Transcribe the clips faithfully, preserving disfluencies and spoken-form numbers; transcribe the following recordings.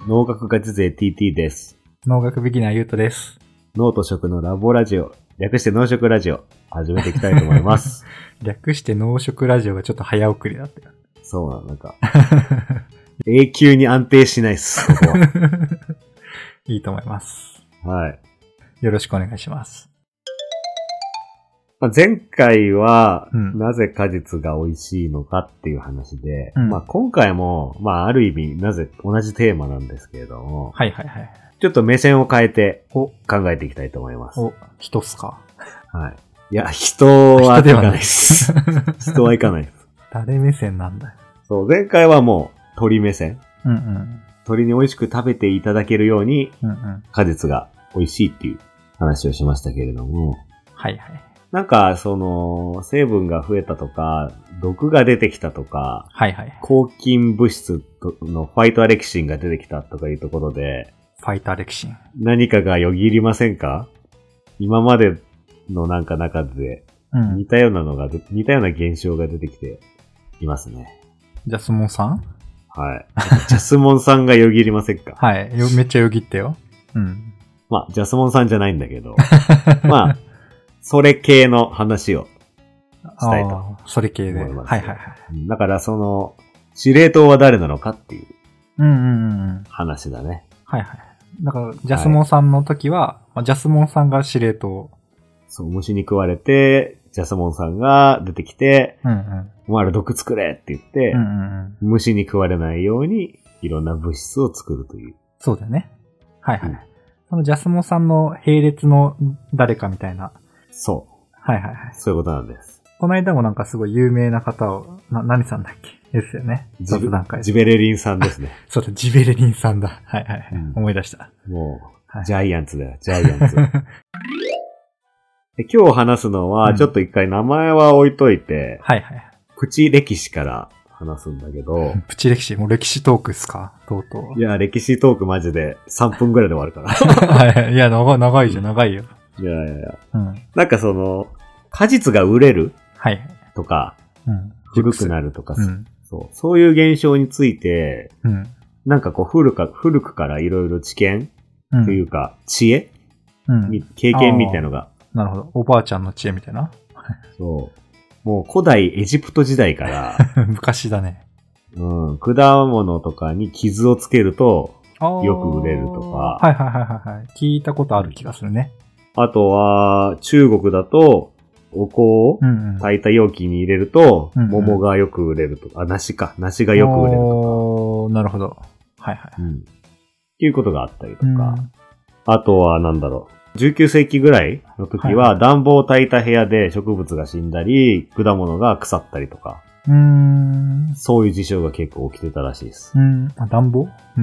農学ガチ勢 ティーティー です。 農学ビギナーゆうとです。 農と食のラボラジオ、略して農食ラジオ、始めていきたいと思います。 略して農食ラジオがちょっと早送りだったよ。 そうなの、なんか。永久に安定しないっす、ここは。 いいと思います。 はい。 よろしくお願いします。 まあ、前回は、 うん、 なぜ果実が美味しいのかっていう話で、 うん、 まあ今回も、まあある意味、なぜ同じテーマなんですけれども、 はいはいはい。 ちょっと目線を変えて考えていきたいと思います。 お、人っすか？ はい。いや、人は行かないです。人は行かないです。 誰目線なんだよ。 そう、前回はもう鳥目線。 うんうん。 鳥に美味しく食べていただけるように、 うんうん、 果実が美味しいっていう話をしましたけれども、 はいはい。 なんか、その、成分が増えたとか、毒が出てきたとか、 はいはい。 抗菌物質のファイトアレキシンが出てきたとかいうところで、 ファイトアレキシン。 何かがよぎりませんか？今までのなんか中で、似たようなのが、うん、似たような現象が出てきていますね。 ジャスモンさん？ はい。ジャスモンさんがよぎりませんか？ はい。よ、めっちゃよぎったよ。うん。 まあ、ジャスモンさんじゃないんだけど、まあ、それ系の話をしたいと思います。 それ系で。はいはいはい。 だからその、司令塔は誰なのかっていううんうんうん話だね。 はいはい。だから、ジャスモンさんの時は、はいまあ、ジャスモンさんが司令塔。 そう、虫に食われて、ジャスモンさんが出てきて、 うんうん、 お前ら毒作れって言って、 うんうんうん、 虫に食われないようにいろんな物質を作るという。 そうだよね。はいはい。うん、そのジャスモンさんの並列の誰かみたいな。 そう。 はいはいはい。 そういうことなんです。 この間もなんかすごい有名な方を、な、何さんだっけですよね。 雑談会。ジベレリンさんですね。 そうだ、ジベレリンさんだ。はいはいはい。うん、思い出した。 もう、はい、ジャイアンツだよ、ジャイアンツ。で今日話すのは、ちょっと一回名前は置いといて、 うん、はいはい。 プチ歴史から話すんだけど。 プチ歴史もう歴史トークっすかとうとう。 いや、歴史トークマジでさんぷんぐらいで終わるから。 はいはい。いや、長い、長いじゃん、長いよ。 いやいやいや。 うん。 なんかその、果実が売れるはい。 とか、 うん。 古くなるとか、 うん、 そう。そういう現象について、 うん。 なんかこう古か、古くからいろいろ知見、うん、というか、知恵、うん、経験みたいのが。 なるほど。おばあちゃんの知恵みたいな。 そう。もう古代エジプト時代から。 昔だね。 うん。果物とかに傷をつけると、よく売れるとか。 はいはいはいはい。聞いたことある気がするね。 あとは、中国だと、お香を炊いた容器に入れると、うんうん、桃がよく売れるとか、あ、梨か。梨がよく売れるとか。なるほど。はいはい。 うん。っていうことがあったりとか。うん、あとは、なんだろう。じゅうきゅうせいきぐらいの時は、暖房を炊いた部屋で植物が死んだり、果物が腐ったりとか。 うーん。 そういう事象が結構起きてたらしいです。 うん。あ、暖房？うん。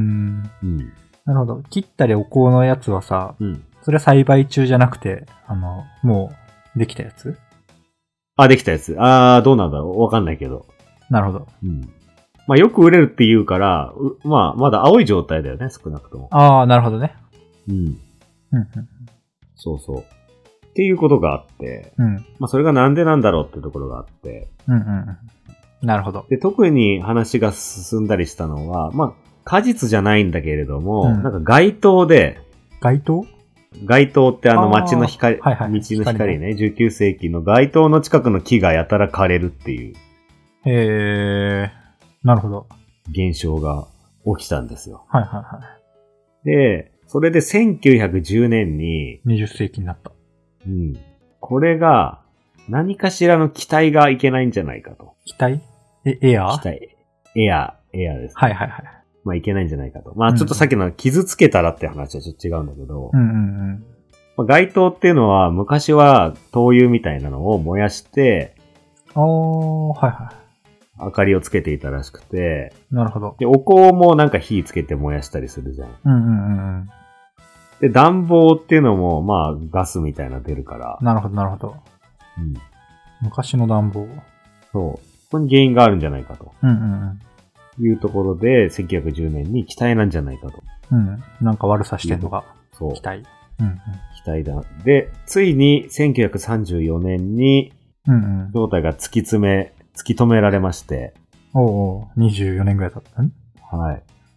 うん。なるほど。切ったりお香のやつはさ、うん。それは栽培中じゃなくて、あの、もう、できたやつ？ あ、できたやつ。あー、どうなんだろうわかんないけど。 なるほど。 うん。まあ、よく売れるって言うから、まあ、まだ青い状態だよね、少なくとも。 あー、なるほどね。 うん。 うん、うん。 そうそう。っていうことがあって、うん。まあ、それがなんでなんだろうってところがあって、 うんうんうん。なるほど。 で、特に話が進んだりしたのは、まあ、果実じゃないんだけれども、うん、なんか街灯で、 街灯？ 街灯ってあの街の光、はいはい、道の光ね、じゅうきゅうせいきの街灯の近くの木がやたら枯れるっていう。 へー、なるほど。 現象が起きたんですよ。 はいはいはい。 で、それでせんきゅうひゃくじゅうねんに、 にじゅっせいきになった。 うん。これが、何かしらの気体がいけないんじゃないかと。 気体？え、エアー？ 気体。エアー、エアーです、ね。 はいはいはい。 まあいけないんじゃないかと。まあちょっとさっきの傷つけたらって話はちょっと違うんだけど。 うんうんうん。 まあ、街灯っていうのは昔は灯油みたいなのを燃やして、 おー、はいはい。 明かりをつけていたらしくて。 なるほど。 で、お香もなんか火つけて燃やしたりするじゃん。 うんうんうん。 で、暖房っていうのもまあガスみたいな出るから。 なるほどなるほど。うん。昔の暖房。 そう。ここに原因があるんじゃないかと。 うんうんうん。 いうところで、せんきゅうひゃくじゅうねんに気体なんじゃないかと。 うん。なんか悪さしてんのが。 そう。 気体。うんうん。 気体だ。で、ついにせんきゅうひゃくさんじゅうよねんに、うんうん。正体が突き詰め、突き止められまして。 おうおう、にじゅうよねんぐらい経ったね。 はい。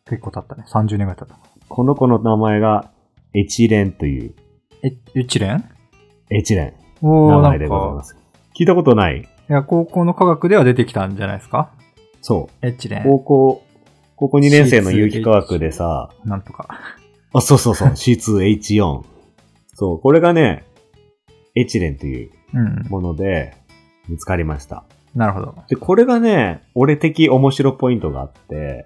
結構経ったね。さんじゅうねんぐらい経った。 この子の名前がエチレンという。 え、エチレン？ エチレン。 おー、 名前でございます。聞いたことない？ いや、高校の科学では出てきたんじゃないですか？ そう。 エチレン。 高校、高校にねん生の有機化学でさ、 なんとか。 あ、そうそうそう、シーツーエイチフォー。そう、これがね、エチレンというもので見つかりました。 うん、なるほど。 で、これがね、俺的面白ポイントがあって、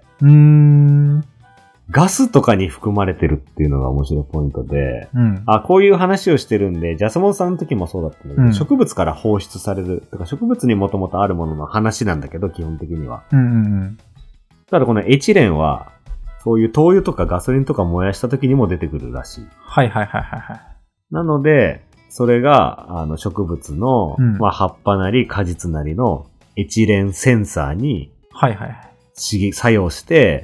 うーん。 ガスとかに含まれてるっていうのが面白いポイントで、 うん、 あ、こういう話をしてるんで、ジャスモンさんの時もそうだったんだけど、うん、植物から放出される、とか植物にもともとあるものの話なんだけど、基本的には。 うんうんうん、 ただこのエチレンは、そういう灯油とかガソリンとか燃やした時にも出てくるらしい。 はいはいはいはい。 なので、それが、あの、植物の、うん、まあ、葉っぱなり果実なりのエチレンセンサーに、 はいはい。 刺激、作用して、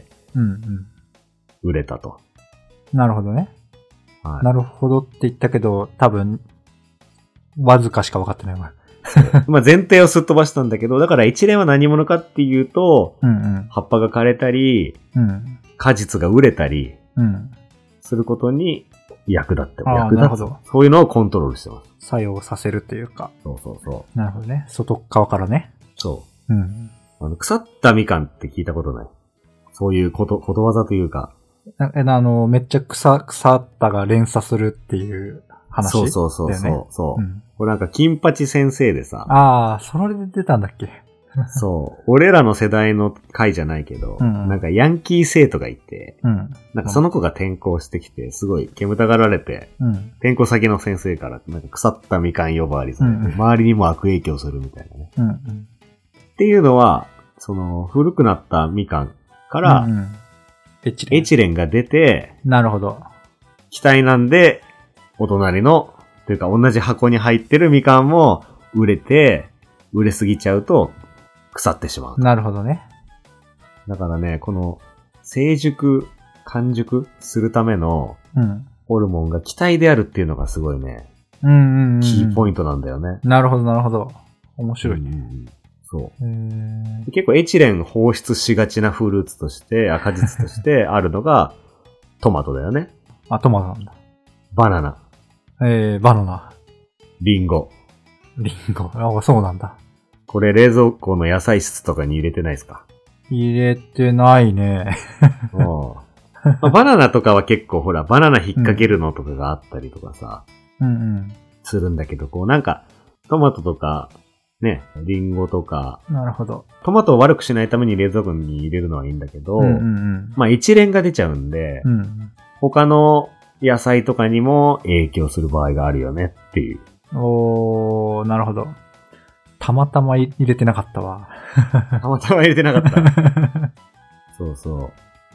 うんうん。 売れたと。 なるほどね。 はい、 なるほどって言ったけど、多分、わずかしか分かってないわ。 まあ前提をすっ飛ばしたんだけど、だから一連は何者かっていうと、 うんうん、 葉っぱが枯れたり、 うん、 果実が熟れたり、 うん、 することに役立ってあ役立つ。そういうのをコントロールしてます。 作用させるというか。 そうそうそう。 なるほどね。外側からね。 そう。うん。 あの腐ったみかんって聞いたことない？そういうこと、ことわざというか。 え、あの、めっちゃ腐、腐ったが連鎖するっていう話、 そうそうそうそう。 ね、 そう、うん、これなんか金八先生でさ。 ああ、それで出たんだっけ。 そう。俺らの世代の回じゃないけど、うんうん、なんかヤンキー生徒がいて、 うん、 なんかその子が転校してきて、すごい煙たがられて、うん、転校先の先生からなんか腐ったみかん呼ばわりされて、うんうん、周りにも悪影響するみたいなね、 うんうん。 っていうのは、その古くなったみかんから、うんうん、エチレン。エチレンが出て、 なるほど。 気体なんで、お隣の、というか同じ箱に入ってるみかんも売れて、売れすぎちゃうと腐ってしまう。 なるほどね。 だからね、この成熟、完熟するためのホルモンが気体であるっていうのがすごいね、 うんうんうん、 キーポイントなんだよね。 なるほどなるほど。面白いね。 うん、そう。結構エチレン放出しがちなフルーツとして、あ、果実としてあるのがトマトだよね。 あ、トマトなんだ。 バナナ。 えー、バナナ。 リンゴ。 リンゴ。あ、そうなんだ。 これ冷蔵庫の野菜室とかに入れてないですか？ 入れてないね。 おまあ、バナナとかは結構ほら、バナナ引っ掛けるのとかがあったりとかさ、 うんうん、 するんだけど、こうなんか、トマトとか、ね、リンゴとか、 なるほど。 トマトを悪くしないために冷蔵庫に入れるのはいいんだけど、 うんうんうん、 まあ一連が出ちゃうんで、 うん、 他の野菜とかにも影響する場合があるよねっていう。 おー、なるほど。たまたま入れてなかったわ。 たまたま入れてなかった。そうそう。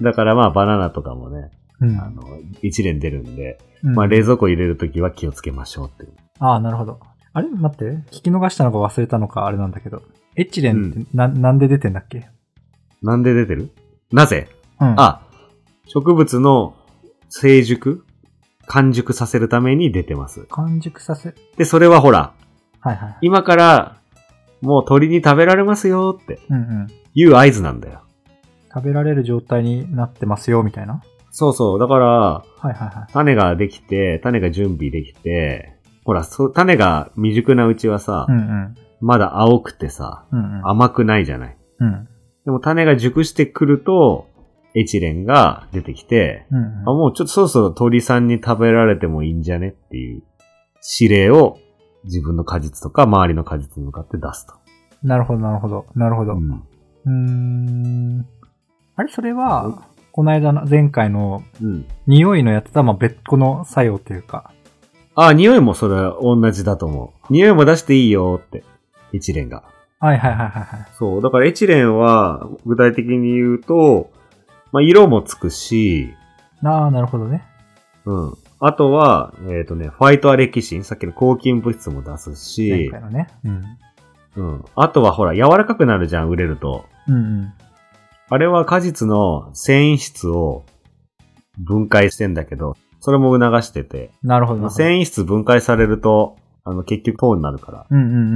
だからまあバナナとかもね、うん、あの、一連出るんで、うん、まあ冷蔵庫入れるときは気をつけましょうっていう。 ああ、なるほど。あれ待って。聞き逃したのか忘れたのかあれなんだけど。エチレンってな、うん、なんで出てんだっけ？ なんで出てる？なぜ？ うん、 あ、植物の成熟完熟させるために出てます。 完熟させで、それはほら、 はいはい、 今からもう鳥に食べられますよって、いう合図なんだよ、 うんうん。食べられる状態になってますよみたいな。 そうそう。だから、 はいはいはい、 種ができて、種が準備できて、ほら、そ種が未熟なうちはさ、 うんうん、 まだ青くてさ、 うんうん、 甘くないじゃない、 うん。 でも種が熟してくると、エチレンが出てきて、 うんうん、 あ、もうちょっとそろそろ鳥さんに食べられてもいいんじゃねっていう指令を自分の果実とか周りの果実に向かって出すと。 なるほど、なるほど。なるほど。うん。うーんあれそれは、うん、この間の前回の、うん、匂いのやつとはまあ別個の作用っていうか。 ああ、匂いもそれは同じだと思う。匂いも出していいよって、エチレンが。 はいはいはいはい。 そう。だからエチレンは、具体的に言うと、まあ、色もつくし。 ああ、なるほどね。 うん。あとは、えっとね、ファイトアレキシン、さっきの抗菌物質も出すし。 前回のね。うん。 うん。あとはほら、柔らかくなるじゃん、売れると。 うんうん。 あれは果実の繊維質を分解してんだけど、それも促してて。 なるほど。 繊維質分解されると、あの、結局糖になるから。 うんうんうんうん。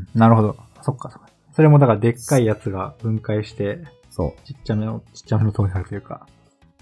なるほど。そっかそっか。それもだからでっかいやつが分解して、 そう。 ちっちゃめの、ちっちゃめの糖になるというか。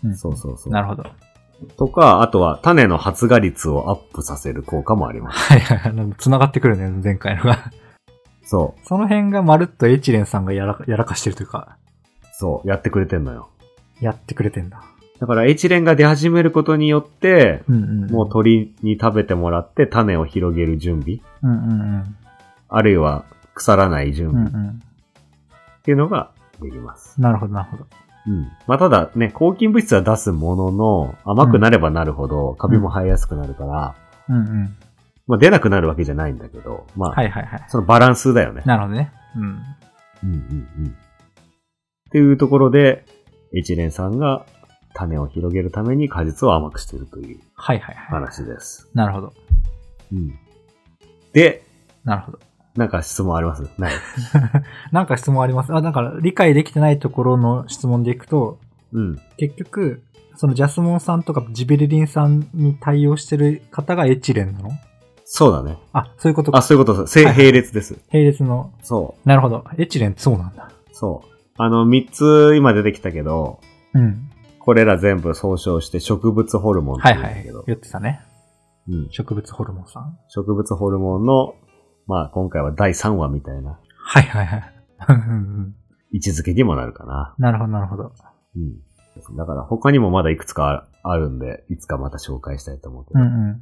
うん、 そうそうそう。 なるほど。 とか、あとは種の発芽率をアップさせる効果もあります。 はいはいはい。繋がってくるね、前回のが。 そう。 その辺がまるっとエチレンさんがやらやらかしてるというか。 そう、やってくれてんのよ。 やってくれてんだ。 だからエチレンが出始めることによって、 うんうんうん、 もう鳥に食べてもらって種を広げる準備。 うんうんうん、 あるいは腐らない準備。 うんうん、 っていうのができます。 なるほど、なるほど。 うん。まあ、ただね、抗菌物質は出すものの、甘くなればなるほど、カビも生えやすくなるから、 うんうん。 まあ、出なくなるわけじゃないんだけど、まあ、 はいはいはい。 そのバランスだよね。 なるほどね。うん。 うんうんうん。っていうところで、エチレンさんが種を広げるために果実を甘くしているというはいはいはい。 話です。 なるほど。 うん。で、 なるほど。 なんか質問あります？ない。 なんか質問あります。あ、だから理解できてないところの質問でいくと、 うん。 結局、そのジャスモンさんとかジベレリンさんに対応してる方がエチレンなの？ そうだね。 あ、そういうことか。 あ、そういうことです。並列です。 並列の。 そう。 なるほど。エチレンってそうなんだ。 そう。あの、三つ今出てきたけど、 うん。 これら全部総称して植物ホルモンって言うんだけど。 はいはい。言ってたね。 うん。 植物ホルモンさん。 植物ホルモンの、まあ今回はだいさんわみたいな。 はいはいはい。 位置づけにもなるかな。 なるほどなるほど。 うん。だから他にもまだいくつかあるんで、いつかまた紹介したいと思うけど。 うんうん。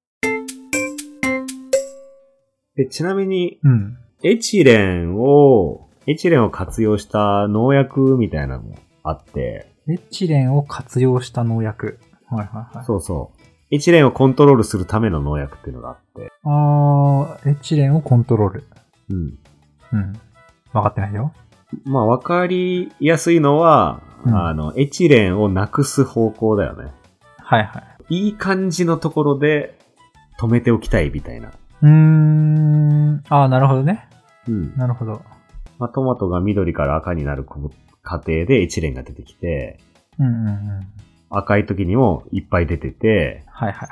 で、ちなみに、 うん、 エチレンを、エチレンを活用した農薬みたいなのもあって。 エチレンを活用した農薬。はいはいはい。 そうそう。エチレンをコントロールするための農薬っていうのがあって。 あー、エチレンをコントロール。 うん。 うん。わかってないよ。 まあ、わかりやすいのは、うん、あの、エチレンをなくす方向だよね。 はいはい。 いい感じのところで止めておきたいみたいな。 うーん。ああ、なるほどね。 うん。 なるほど。 まあ、トマトが緑から赤になる過程でエチレンが出てきて、 うんうんうん。 赤い時にもいっぱい出てて、 はいはいはい。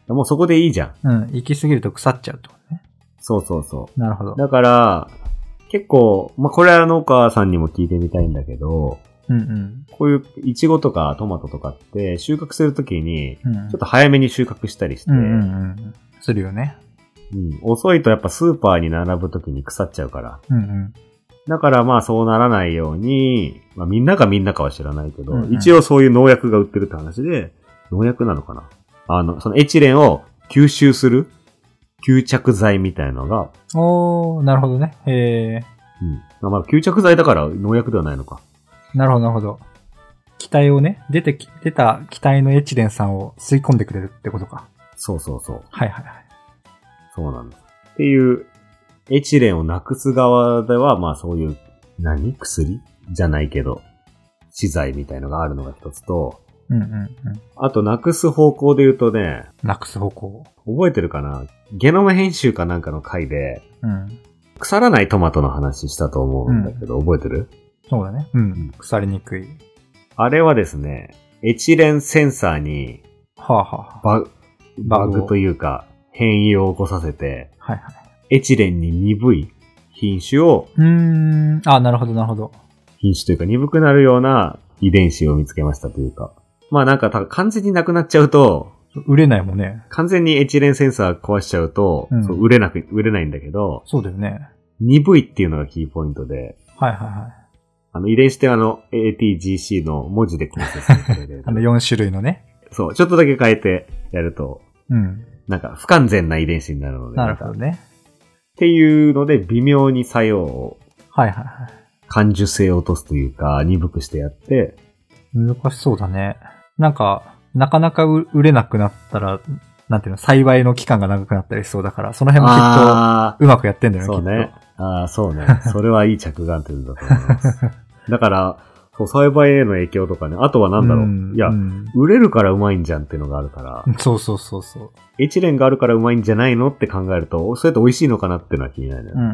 もうそこでいいじゃん。 うん。行き過ぎると腐っちゃうってことね。 そうそうそう。 なるほど。 だから、結構、まあ、これは農家さんにも聞いてみたいんだけど、 うんうん。 こういうイチゴとかトマトとかって収穫するときに、ちょっと早めに収穫したりして、 うんうんうん。するよね。 うん。遅いとやっぱスーパーに並ぶときに腐っちゃうから。 うんうん。 だからまあそうならないように、まあみんながみんなかは知らないけど、 うんうん、 一応そういう農薬が売ってるって話で、農薬なのかな？あの、そのエチレンを吸収する吸着剤みたいのが。 おー、なるほどね。へー。 うん。まあ吸着剤だから農薬ではないのか。 なるほど、なるほど。気体をね、出てき、出た気体のエチレン酸を吸い込んでくれるってことか。 そうそうそう。 はいはいはい。 そうなんです。っていう、エチレンをなくす側では、まあそういう、何？薬じゃないけど、資材みたいのがあるのが一つと、 うんうんうん。 あと、なくす方向で言うとね、 なくす方向。 覚えてるかな？ゲノム編集かなんかの回で、 うん。 腐らないトマトの話したと思うんだけど、うん、覚えてる？ そうだね。うん。腐りにくい。 あれはですね、エチレンセンサーに、 はあはあ、 バグ、バグというか、変異を起こさせて、 はいはい。 エチレンに鈍い品種を、 うーん。あ、なるほどなるほど。 品種というか鈍くなるような遺伝子を見つけましたというか。まあなんか完全になくなっちゃうと、 売れないもんね。 完全にエチレンセンサー壊しちゃうと、うん、そう売れなく、売れないんだけど、 そうだよね。 鈍いっていうのがキーポイントで、 はいはいはい。 あの遺伝子ってあの エーティージーシー の文字で構成されてる。 あのよん種類のね。 そう、ちょっとだけ変えてやると、 うん。 なんか不完全な遺伝子になるので。 なるほどね。 っていうので微妙に作用を、 はいはいはい。 感受性を落とすというか、鈍くしてやって。 難しそうだね。なんか、なかなか売れなくなったら、なんていうの、栽培の期間が長くなったりしそうだから、その辺もきっとうまくやってんだよね、 そうね。ああ、そうね。それはいい着眼点だと思います。だから、そう栽培への影響とかね、あとはなんだろう。うん、いや、うん、売れるからうまいんじゃんっていうのがあるから。 そうそうそうそう。 エチレンがあるからうまいんじゃないのって考えると、それって美味しいのかなっていうのは気になる、ね。 うんうん。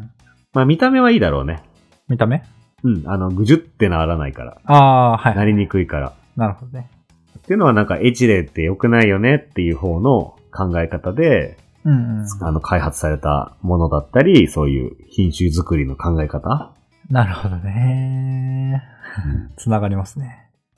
まあ見た目はいいだろうね。 見た目？ うん、あの、ぐじゅってならないから。 ああ、はい。 なりにくいから。 なるほどね。 っていうのはなんかエチレンって良くないよねっていう方の考え方で、 うんうん、 あの開発されたものだったり、そういう品種作りの考え方。 なるほどね。つながりますね。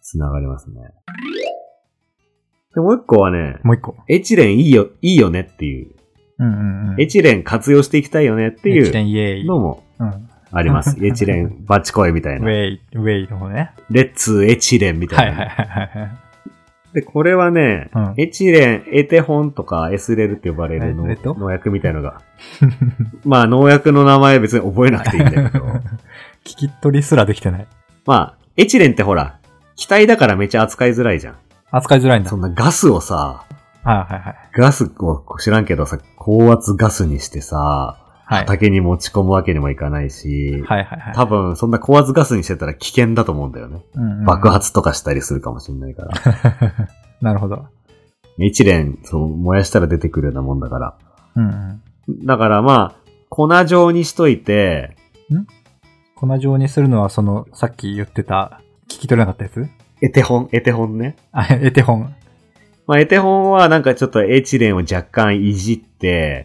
繋がりますね。で、もう一個はね、 もう一個。 エチレンいいよ、いいよねっていう。 うんうんうん。 エチレン活用していきたいよねっていうエチレンイエーイのもうんあります。エチレンバチコイみたいな。 ウェイ、ウェイの方ね。 レッツエチレンみたいな。 はいはいはいはい。 で、これはね、 うん、 エチレン、エテホンとかエスレルって呼ばれるのえっと農薬みたいのが。まあ農薬の名前別に覚えなくていいんだけど。 聞き取りすらできてない。 まあ、エチレンってほら、気体だからめっちゃ扱いづらいじゃん。 扱いづらいんだ。 そんなガスをさ、 はいはいはい。 ガスを知らんけどさ、高圧ガスにしてさ、 はい、 畑に持ち込むわけにもいかないし、 はいはいはい。 多分そんな高圧ガスにしてたら危険だと思うんだよね。うんうんうん、爆発とかしたりするかもしれないから。 なるほど。 エチレン、そう、燃やしたら出てくるようなもんだから。 うんうん、 だからまあ、粉状にしといて、 ん粉状にするのはその、さっき言ってた、聞き取れなかったやつエテホン、エテホンね。 あ、エテホン。 まあ、エテホンはなんかちょっとエチレンを若干いじって、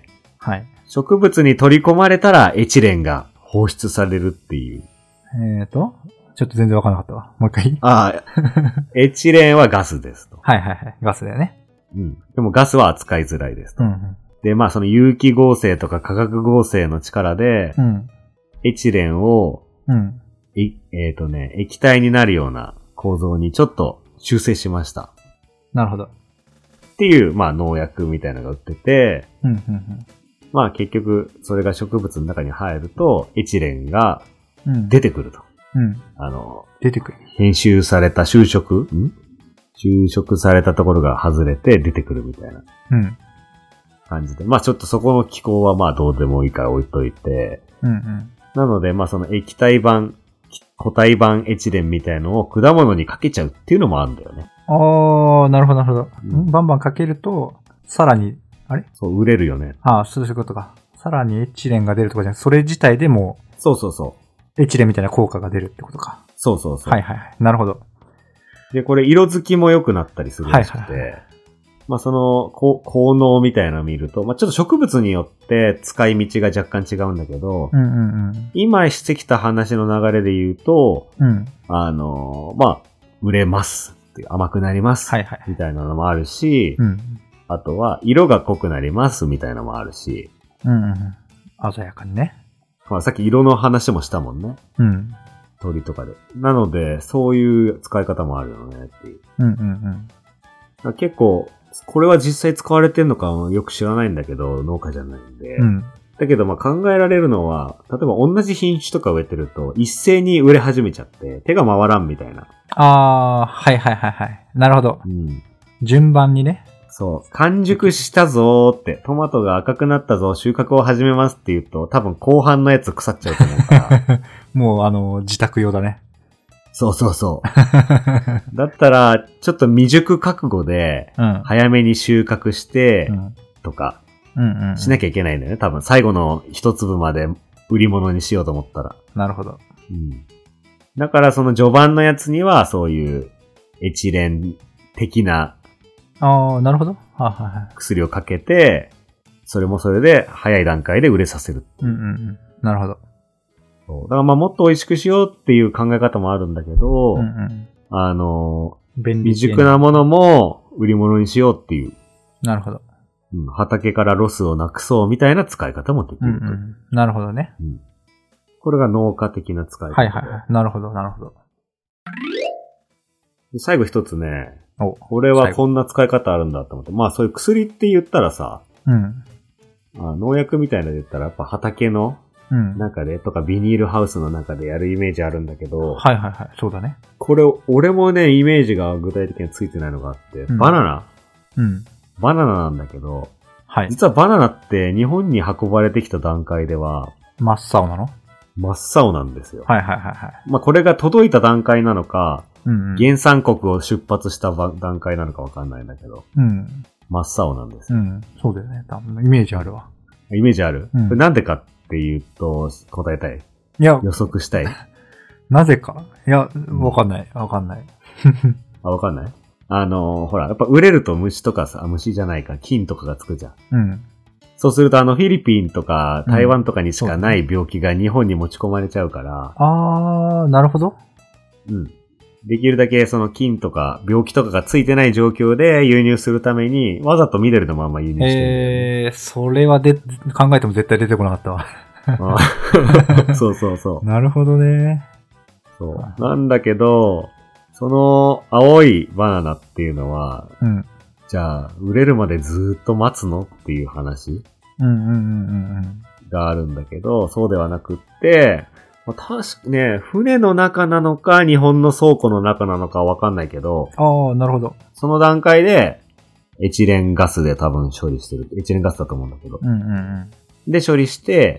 はい。 植物に取り込まれたらエチレンが放出されるっていう。 えーと、ちょっと全然わからなかったわ。もう一回ああ、エチレンはガスですと。 はいはいはい。ガスだよね。 うん。でもガスは扱いづらいですと。 うんうん、 で、まあその有機合成とか化学合成の力で、うん、エチレンを、うん、えっとね、液体になるような構造にちょっと修正しました。 なるほど。 っていう、まあ農薬みたいなのが売ってて、 うんうんうん、 まあ結局それが植物の中に入るとエチレンが出てくると。 うん、 あの、 出てくる。 編集された修飾ん修飾されたところが外れて出てくるみたいな感じで。うん、まあちょっとそこの機構はまあどうでもいいから置いといて。 うんうん、 なのでまあその液体版、固体版エチレンみたいのを果物にかけちゃうっていうのもあるんだよね。 あー、なるほどなるほど。うん、バンバンかけると、さらに、あれそう、売れるよね。 ああ、そういうことか。さらにエチレンが出るとかじゃなくて、それ自体でも、 そうそうそう。 エチレンみたいな効果が出るってことか。 そうそうそう。 はいはいはい。なるほど。 で、これ色づきも良くなったりするらしくて、はいはいはい、まあその、こ効能みたいなのを見ると、まあちょっと植物によって使い道が若干違うんだけど、 うんうんうん、 今してきた話の流れで言うと、 うん、 あの、まあ、売れます。甘くなります。 はいはい。 みたいなのもあるし、 うん、 あとは、色が濃くなります。みたいなのもあるし。 うんうん。鮮やかにね。 まあ、さっき色の話もしたもんね。 うん。 鳥とかで。なので、そういう使い方もあるよねっていう。 うんうんうん。結構、これは実際使われてんのかよく知らないんだけど、農家じゃないんで。 うん。 だけど、まあ考えられるのは、例えば同じ品種とか植えてると、一斉に売れ始めちゃって、手が回らんみたいな。 ああ、はいはいはいはい。なるほど。 うん。 順番にね。 そう。完熟したぞーって、トマトが赤くなったぞ、収穫を始めますって言うと、多分後半のやつ腐っちゃうと思うから。 もうあの、自宅用だね。 そうそうそう。だったら、ちょっと未熟覚悟で、早めに収穫して、うん、とか、 うんうん、 しなきゃいけないんだよね。多分最後の一粒まで売り物にしようと思ったら。 なるほど。 うん。だからその序盤のやつにはそういうエチレン的なああ、なるほど。ははは薬をかけて、それもそれで早い段階で売れさせる。 うんうんうん。なるほど。 そうだからまあもっと美味しくしようっていう考え方もあるんだけど、 うんうん、 あの、未熟なものも売り物にしようっていう。 なるほど。 うん、畑からロスをなくそうみたいな使い方もできると、 うんうん。なるほどね、 うん。これが農家的な使い方。 はいはいはい。なるほど、なるほど。 で最後一つね、これはこんな使い方あるんだと思って。まあそういう薬って言ったらさ、 うん、 あ農薬みたいなので言ったらやっぱ畑の中で、うん、とかビニールハウスの中でやるイメージあるんだけど、 はいはいはい、そうだね。 これ、俺もね、イメージが具体的についてないのがあって、うん、バナナうん。 バナナなんだけど、 はい。 実はバナナって日本に運ばれてきた段階では、 真っ青なの？ 真っ青なんですよ。 はいはいはいはい。 まあこれが届いた段階なのか、 うんうん、 原産国を出発した段階なのかわかんないんだけど、 うん、 真っ青なんですよ。うん、そうだよね。多分イメージあるわ。 イメージある？ うん、 これなんでかっていうと、答えたい？ いや、 予測したい？ なぜか？いや、わかんない。わかんない。 あ、わかんない？あのー、ほら、やっぱ売れると虫とかさ、虫じゃないか、菌とかがつくじゃん。 うん。 そうするとあのフィリピンとか台湾とかにしかない病気が日本に持ち込まれちゃうから。 うん、あー、なるほど。 うん。 できるだけその菌とか病気とかがついてない状況で輸入するために、わざと緑のまま輸入してる、 ね。えー、それはで、考えても絶対出てこなかったわ。 そうそうそう。 なるほどね。 そう。なんだけど、その青いバナナっていうのは、うん、じゃあ、売れるまでずーっと待つのっていう話があるんだけど、そうではなくって、確かね、船の中なのか、日本の倉庫の中なのかわかんないけど。 ああ、なるほど。 その段階で、エチレンガスで多分処理してる。エチレンガスだと思うんだけど。うんうんうん、で、処理して、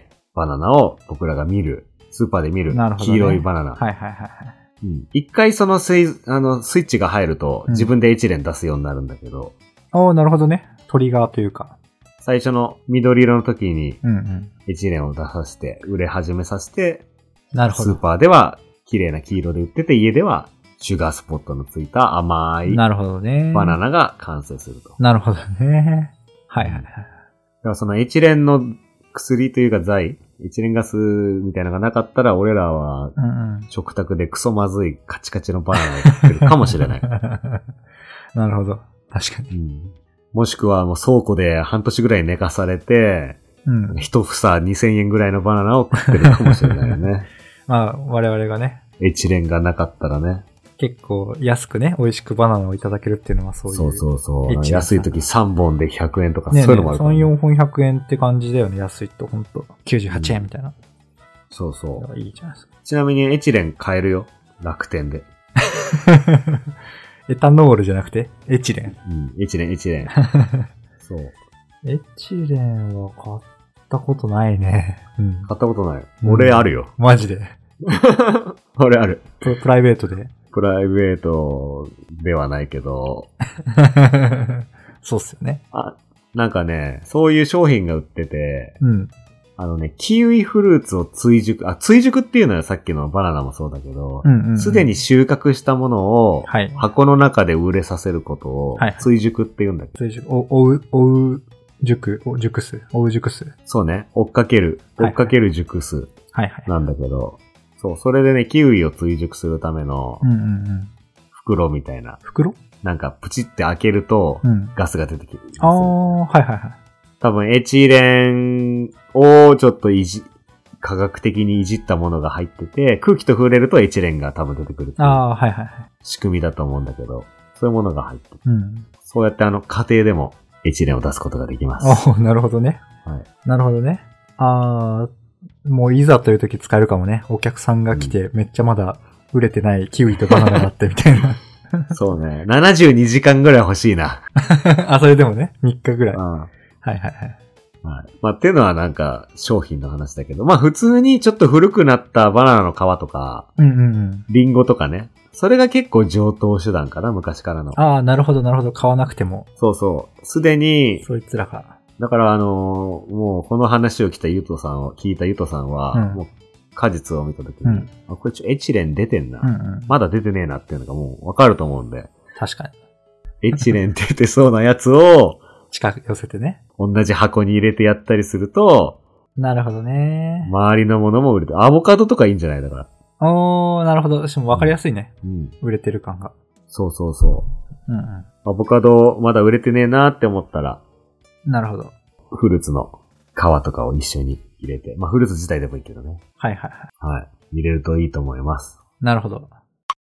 バナナを僕らが見る。スーパーで見る。ね、黄色いバナナ。 はいはいはい。 うん。一回そのスイあのスイッチが入ると、自分でエチレン出すようになるんだけど。 うん、ああ、なるほどね。トリガーというか。 最初の緑色の時に、エチレンを出させて、売れ始めさせて、 なるほど。 スーパーでは綺麗な黄色で売ってて、家ではシュガースポットのついた甘いなるほどね。 バナナが完成すると。 なるほどね。はいはいはい。だからそのエチレンの薬というか剤、エチレンガスみたいなのがなかったら、俺らは食卓でクソまずいカチカチのバナナを食ってるかもしれない。 なるほど。確かに、 うん。もしくはもう倉庫で半年ぐらい寝かされて、うん、一房にせんえんぐらいのバナナを食ってるかもしれないよね。 まあ、我々がね。 エチレンがなかったらね。 結構安くね、美味しくバナナをいただけるっていうのはそういう。 そうそうそう。安い時さんぼんでひゃくえんとか、ね、そういうのもあるから、 ね。さん、よんほんひゃくえんって感じだよね、安いと。ほんと。きゅうじゅうはちえんみたいな。うん、 そうそう。 いいじゃないですか。 ちなみにエチレン買えるよ。楽天で。 エタノールじゃなくてエチレン。 うん、エチレン、エチレン。そう。 エチレンは買ったことないね。 うん、買ったことない。俺あるよ。 マジで。 俺あるプ。プライベートで。 プライベートではないけど。 そうっすよね。 あ、なんかね、そういう商品が売ってて、うん、あのね、キウイフルーツを追熟、あ、追熟っていうのはさっきのバナナもそうだけど、す、うんうん、で、に収穫したものを、箱の中で売れさせることを、追熟って言うんだけど。 追熟、お、おう、おう、熟、お、熟す、おう熟す。 そうね、追っかける、追っかける熟す。なんだけど、はいはい、そう、それでね、キウイを追熟するための、袋みたいな。 袋？ なんか、プチって開けると、ガスが出てくる、 うん。ああ、はいはいはい。 多分、エチレンをちょっといじ、科学的にいじったものが入ってて、空気と触れるとエチレンが多分出てくるっていう。 ああ、はいはいはい。 仕組みだと思うんだけど、そういうものが入ってる。うん。そうやってあの、家庭でもエチレンを出すことができます。 ああ、なるほどね。はい。なるほどね。ああ、もういざという時使えるかもね。お客さんが来て、うん、めっちゃまだ売れてないキウイとバナナがあってみたいな。 そうね。ななじゅうにじかんぐらい欲しいな。 あ、それでもね、みっかぐらい。うん、はいはいはい。 はい。まあ、っていうのはなんか商品の話だけど、まあ普通にちょっと古くなったバナナの皮とか、うんうんうん、リンゴとかね。それが結構上等手段かな、昔からの。 ああ、なるほどなるほど。買わなくても。 そうそう。すでに、 そいつらが。 だからあのー、もうこの話を聞いたゆとさんを、聞いたゆとさんは、うん、もう果実を見たときに、うん、あ、これちょエチレン出てんな、うんうん。まだ出てねえなっていうのがもうわかると思うんで。 確かに。エチレン出てそうなやつを、 近く寄せてね。 同じ箱に入れてやったりすると、 なるほどね。 周りのものも売れて、アボカドとかいいんじゃないだから。 おー、なるほど。しかも分かりやすいね。うん。売れてる感が。 そうそうそう。うんうん。アボカドまだ売れてねえなって思ったら。 なるほど。 フルーツの皮とかを一緒に入れて。まあフルーツ自体でもいいけどね。 はいはいはい。はい。入れるといいと思います。 なるほど。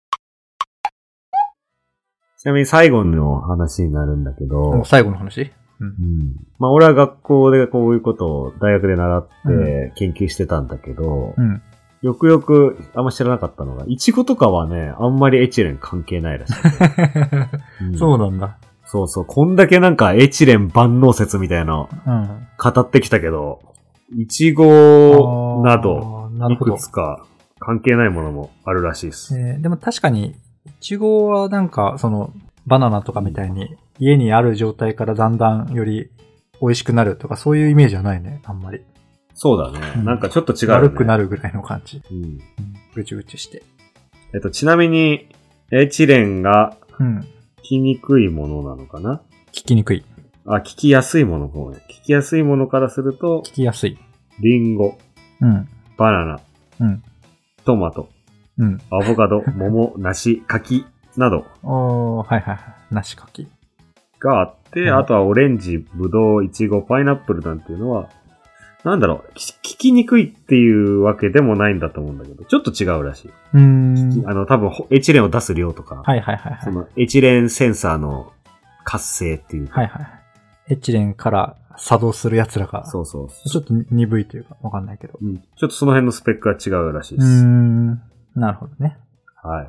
ちなみに最後の話になるんだけど。 最後の話？ うん。うん。まあ俺は学校でこういうことを大学で習って研究してたんだけど。うん。うんよくよく、あんま知らなかったのが、イチゴとかはね、あんまりエチレン関係ないらしい、 うん。そうなんだ。 そうそう。こんだけなんかエチレン万能説みたいな、うん、語ってきたけど、イチゴなど、いくつか関係ないものもあるらしいです。 えー、でも確かに、イチゴはなんか、その、バナナとかみたいに、家にある状態からだんだんより美味しくなるとか、そういうイメージはないね、あんまり。 そうだね、うん。なんかちょっと違う、ね。 悪くなるぐらいの感じ。うん。ぐちぐちして。 えっと、ちなみに、エチレンが、うん。効きにくいものなのかな？効きにくい。 あ、効きやすいもの方ね。効きやすいものからすると、 効きやすい。 リンゴ。うん。バナナ。うん。トマト。 うん、 アボカド、桃、梨、柿など。 おー、はいはいはい。梨柿。 があって、うん、あとはオレンジ、ブドウ、イチゴ、パイナップルなんていうのは、なんだろう、聞きにくいっていうわけでもないんだと思うんだけど、ちょっと違うらしい。 うーん。 あの、多分、エチレンを出す量とか、 はいはいはい、はい。 そのエチレンセンサーの活性っていう。 はいはい。エチレンから作動する奴らが、 そうそう。 ちょっと鈍いというか、わかんないけど、 うん。ちょっとその辺のスペックが違うらしいです。 うーん。なるほどね。 はい。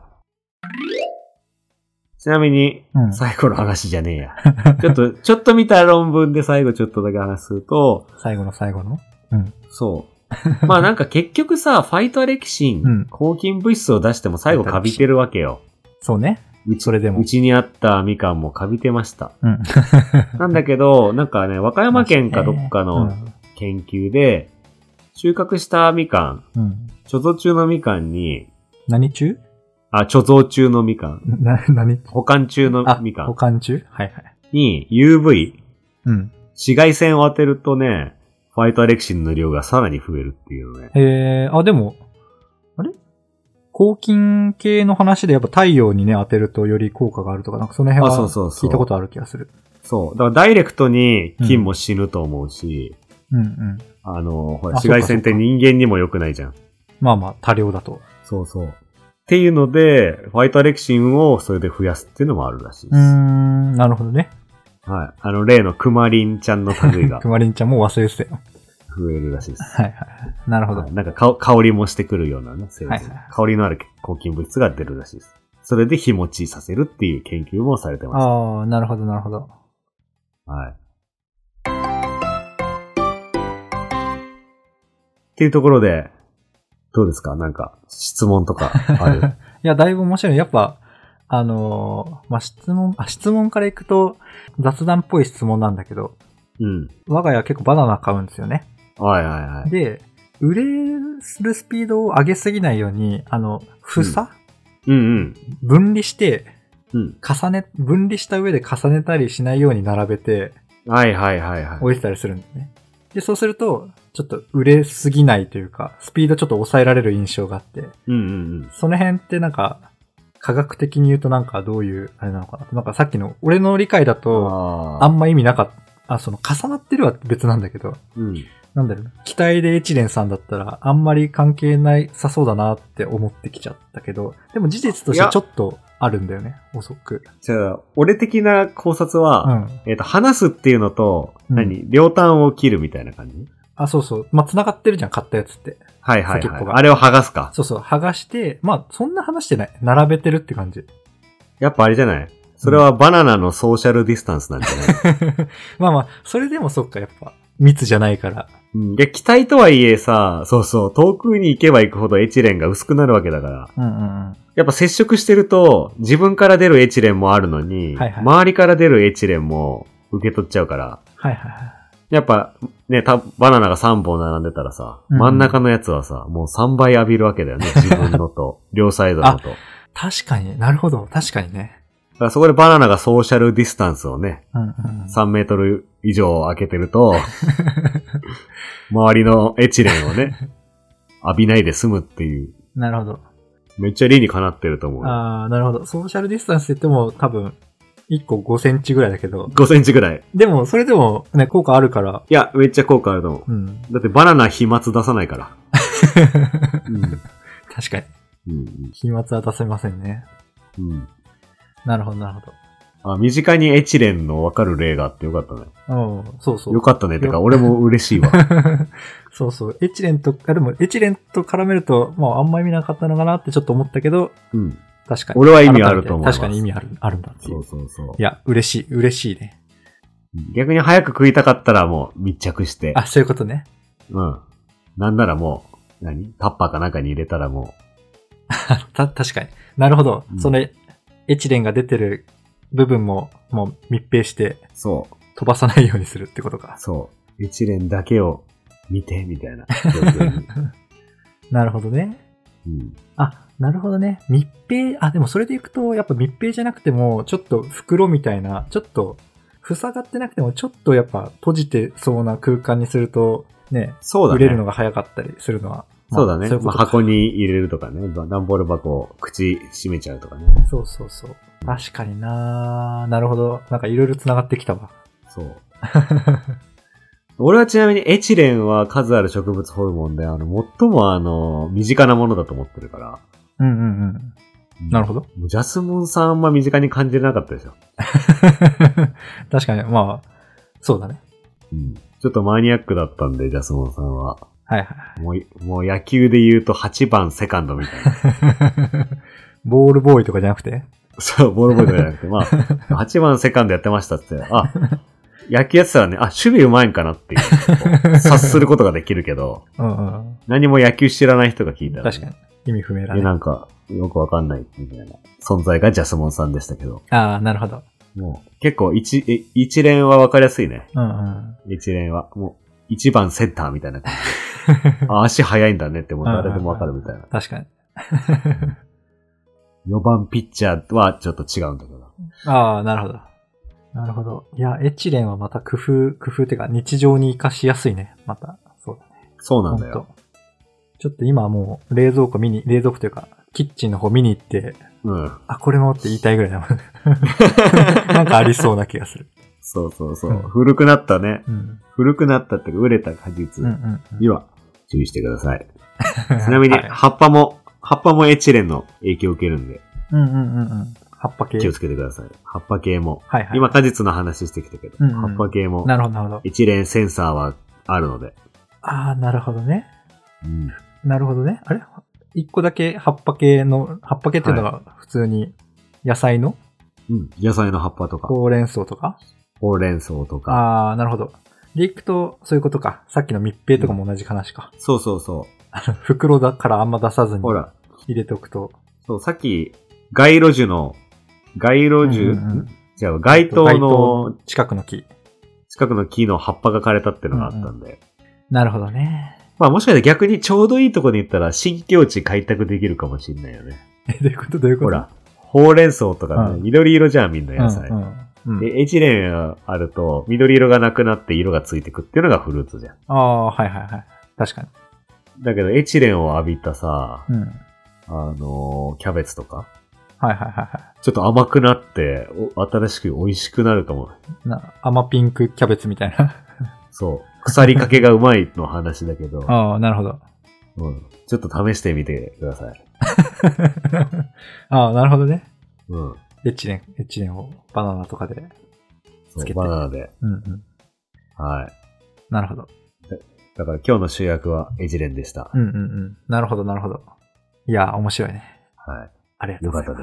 ちなみに、うん、最後の話じゃねえや。ちょっと、ちょっと見た論文で最後ちょっとだけ話すと、 最後の最後のうん。 そう。まあなんか結局さ、ファイトアレキシン、うん、抗菌物質を出しても最後カビてるわけよ。 そうね。それでも。 うちにあったみかんもカビてました。 うん。 なんだけど、なんかね、和歌山県かどっかの研究で、収穫したみかん、うん、貯蔵中のみかんに、 何中あ、貯蔵中のみかん。 な、何保管中のみかん。 保管中はいはい。 に ユーブイ、 うん。 紫外線を当てるとね、ファイトアレキシンの量がさらに増えるっていうのね。 へー、あ、でも、あれ抗菌系の話でやっぱ太陽にね、当てるとより効果があるとか、なんかその辺は聞いたことある気がする。 そう。だからダイレクトに菌も死ぬと思うし、 うん、うんうん。 あの、ほら、紫外線って人間にも良くないじゃん。 まあまあ、多量だと。 そうそう。っていうので、ファイトアレキシンをそれで増やすっていうのもあるらしいです。 うーん、なるほどね。 はい。あの、例のクマリンちゃんの類が。 クマリンちゃんも忘れてたよ。 増えるらしいです。 はいはい。なるほど。 なんかか香りもしてくるようなね、はいはい、香りのある抗菌物質が出るらしいです。それで日持ちさせるっていう研究もされてます。 ああ、なるほどなるほど。 はい。っていうところで、どうですか？なんか、質問とかある？ いや、だいぶ面白い。やっぱ、あのー、まあ、質問、あ、質問からいくと雑談っぽい質問なんだけど、 うん。 我が家は結構バナナ買うんですよね。 はいはいはい。 で、売れるスピードを上げすぎないように、あの、房、 うん、うんうん分離して、 うん、 重ね、分離した上で重ねたりしないように並べて、 はいはいはいはい。 置いてたりするんですね。で、そうすると、ちょっと売れすぎないというか、スピードちょっと抑えられる印象があって、 うんうんうん、 その辺ってなんか、科学的に言うとなんかどういう、あれなのかな。なんかさっきの、俺の理解だと、あんま意味なかった。あ、その重なってるは別なんだけど、 うん、 なんだろう、期待でエチレンさんだったら、あんまり関係ないさそうだなって思ってきちゃったけど、でも事実としてちょっとあるんだよね、おそらく。 じゃあ、俺的な考察は、うん、えっと、話すっていうのと、うん、何両端を切るみたいな感じ？ あ、そうそう。まあ、繋がってるじゃん、買ったやつって。 はいはいはい。あれを剥がすか。 そうそう、剥がして、まあ、そんな話してない。並べてるって感じ。 やっぱあれじゃない？それはバナナのソーシャルディスタンスなんじゃない？ まあまあ、それでもそっか、やっぱ、密じゃないから。 うん。で、気体とはいえさ、そうそう、遠くに行けば行くほどエチレンが薄くなるわけだから。 うんうんうん。 やっぱ接触してると、自分から出るエチレンもあるのに、はいはい、周りから出るエチレンも受け取っちゃうから。 はいはいはい。 やっぱ、ね、た、バナナがさんぼん並んでたらさ、うん、真ん中のやつはさ、もうさんばい浴びるわけだよね。自分のと、両サイドのと。 確かに、なるほど、確かにね。 だからそこでバナナがソーシャルディスタンスをね、 うんうん、 さんメートル以上開けてると、周りのエチレンをね、浴びないで済むっていう。 なるほど。 めっちゃ理にかなってると思う。 ああ、なるほど。ソーシャルディスタンスって言っても多分、いっこごセンチぐらいだけど。 ごセンチぐらい。 でも、それでもね、効果あるから。 いや、めっちゃ効果あると思う。 うん、 だってバナナ飛沫出さないから。 うん、確かに。 うん、 飛沫は出せませんね。 うん。 なるほど、なるほど。 あ、身近にエチレンの分かる例があってよかったね。 うん、そうそう。 よかったね。てか、俺も嬉しいわ。 そうそう。エチレンと、あ、でも、エチレンと絡めると、まあ、あんま意味なかったのかなってちょっと思ったけど、 うん。 確かに。 俺は意味あると思う。 確かに意味ある、あるんだっていう。 そうそうそう。 いや、嬉しい、嬉しいね。 逆に早く食いたかったらもう密着して。 あ、そういうことね。 うん。なんならもう、何タッパーかなんかに入れたらもう。た、確かに。なるほど。うん、その、エチレンが出てる部分も、もう密閉して。 そう。 飛ばさないようにするってことか。 そう。エチレンだけを見て、みたいな。 なるほどね。 うん。 あ、なるほどね。密閉、あ、でもそれでいくと、やっぱ密閉じゃなくても、ちょっと袋みたいな、ちょっと、塞がってなくても、ちょっとやっぱ閉じてそうな空間にすると、ね、 そうだね。 売れるのが早かったりするのはそうだね。まあ、まあ、箱に入れるとかね。段ボール箱を口閉めちゃうとかね。 そうそうそう。確かにななるほど。なんかいろいろ繋がってきたわ。 そう。俺はちなみにエチレンは数ある植物ホルモンで、あの、最もあの、身近なものだと思ってるから。 うんうんうん。なるほど。 ジャスモンさんあんま身近に感じれなかったでしょ。 確かに、まあ、そうだね。 うん。ちょっとマニアックだったんで、ジャスモンさんは。 はいはい。 もう、もう野球で言うとはちばんセカンドみたいな。 ボールボーイとかじゃなくて？ そう、ボールボーイとかじゃなくて、まあ、はちばんセカンドやってましたって。あ、野球やってたらね、あ、守備上手いんかなっていう、察することができるけど、 うんうん、 何も野球知らない人が聞いたら、ね。 確かに。意味不明だね。 なんか、よくわかんないみたいな存在がジャスモンさんでしたけど。 ああ、なるほど。 もう、結構一、一連はわかりやすいね。 うんうん。 一連は。もう、一番センターみたいな感じ。あ、足速いんだねってもう誰でもわかるみたいな。 確かに。 よばんピッチャーはちょっと違うんだけど。 ああ、なるほど。なるほど。いや、エチレンはまた工夫、工夫っていうか日常に活かしやすいね。また。そうだね。 そうなんだよ。 ちょっと今はもう冷蔵庫見に、冷蔵庫というか、キッチンの方見に行って、 うん。 あ、これもって言いたいぐらいだもん。なんかありそうな気がする。 そうそうそう。うん、古くなったね。 うん、 古くなったって売れた果実には注意してください。うんうんうん、ちなみに、葉っぱも、葉っぱもエチレンの影響を受けるんで。 うんうんうんうん。葉っぱ系。 気をつけてください。葉っぱ系も。 はいはい。 今果実の話してきたけど、うんうん、葉っぱ系も。 なるほどなるほど。 エチレンセンサーはあるので。 ああ、なるほどね。 うん。 なるほどね。あれ一個だけ葉っぱ系の、葉っぱ系っていうのが普通に野菜の、はい、 うん。野菜の葉っぱとか。 ほうれん草とかほうれん草とか。 ああ、なるほど。でいくと、そういうことか。さっきの密閉とかも同じ話か。 うん、そうそうそう。 あの、袋だからあんま出さずに。ほら。入れておくと。 そう、さっき、街路樹の、街路樹、うんうんうん、違う、街灯の、 近くの木。 近くの木の葉っぱが枯れたっていうのがあったんで。うんうん、 なるほどね。 まあもしかして逆にちょうどいいとこに行ったら新境地開拓できるかもしれないよね。 え、どういうことどういうこと？ ほら、ほうれん草とかね、うん、緑色じゃんみんな野菜。うんうん、で、エチレンあると緑色がなくなって色がついてくっていうのがフルーツじゃん。 ああ、はいはいはい。確かに。 だけどエチレンを浴びたさ、 うん、 あのー、キャベツとか。 はいはいはいはい。 ちょっと甘くなって、新しく美味しくなるかも。 な、甘ピンクキャベツみたいな。 そう。腐りかけがうまいの話だけど。 ああ、なるほど。 うん。ちょっと試してみてください。 ああ、なるほどね。 うん。 エチレン、エチレンをバナナとかでつけて。 そう、バナナで。 うんうん。 はい。 なるほど。 だ, だから今日の主役はエチレンでした。 うんうんうん。なるほど、なるほど。いや、面白いね。 はい。 ありがとうございます。 よかったです。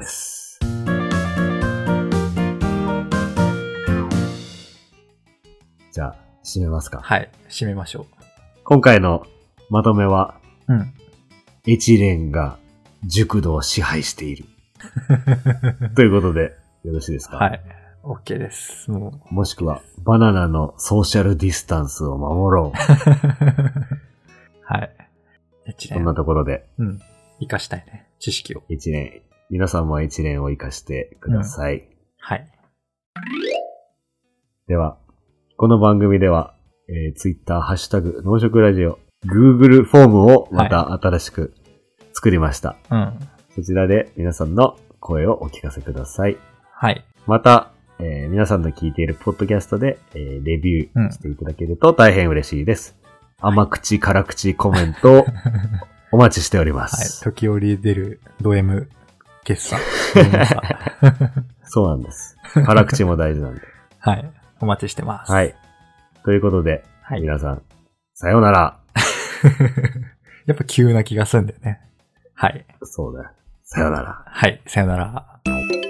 じゃあ、締めますか。 はい、締めましょう。 今回のまとめは、 うん。 エチレンが熟度を支配している。ということで、よろしいですか？ はい。OK です。もう。もしくは、バナナのソーシャルディスタンスを守ろう。 はい。エチレン。 そんなところで。 うん。活かしたいね。知識を。 エチレン。皆さんもエチレンを活かしてください。うん、 はい。 では、この番組では、えー、Twitter、ハッシュタグ、農食ラジオ、Google フォームをまた新しく作りました。 はい、うん。 そちらで皆さんの声をお聞かせください。 はい。 また、えー、皆さんの聞いているポッドキャストで、えー、レビューしていただけると大変嬉しいです。うん、甘口、辛口コメントお待ちしております。 はい。時折出るド M 決算。 そうなんです。辛口も大事なんで。 はい。お待ちしてます。 はい。ということで、はい、皆さん、さようなら。 やっぱ急な気がするんだよね。はい。 そうだよ。さようなら。 はい。さようなら。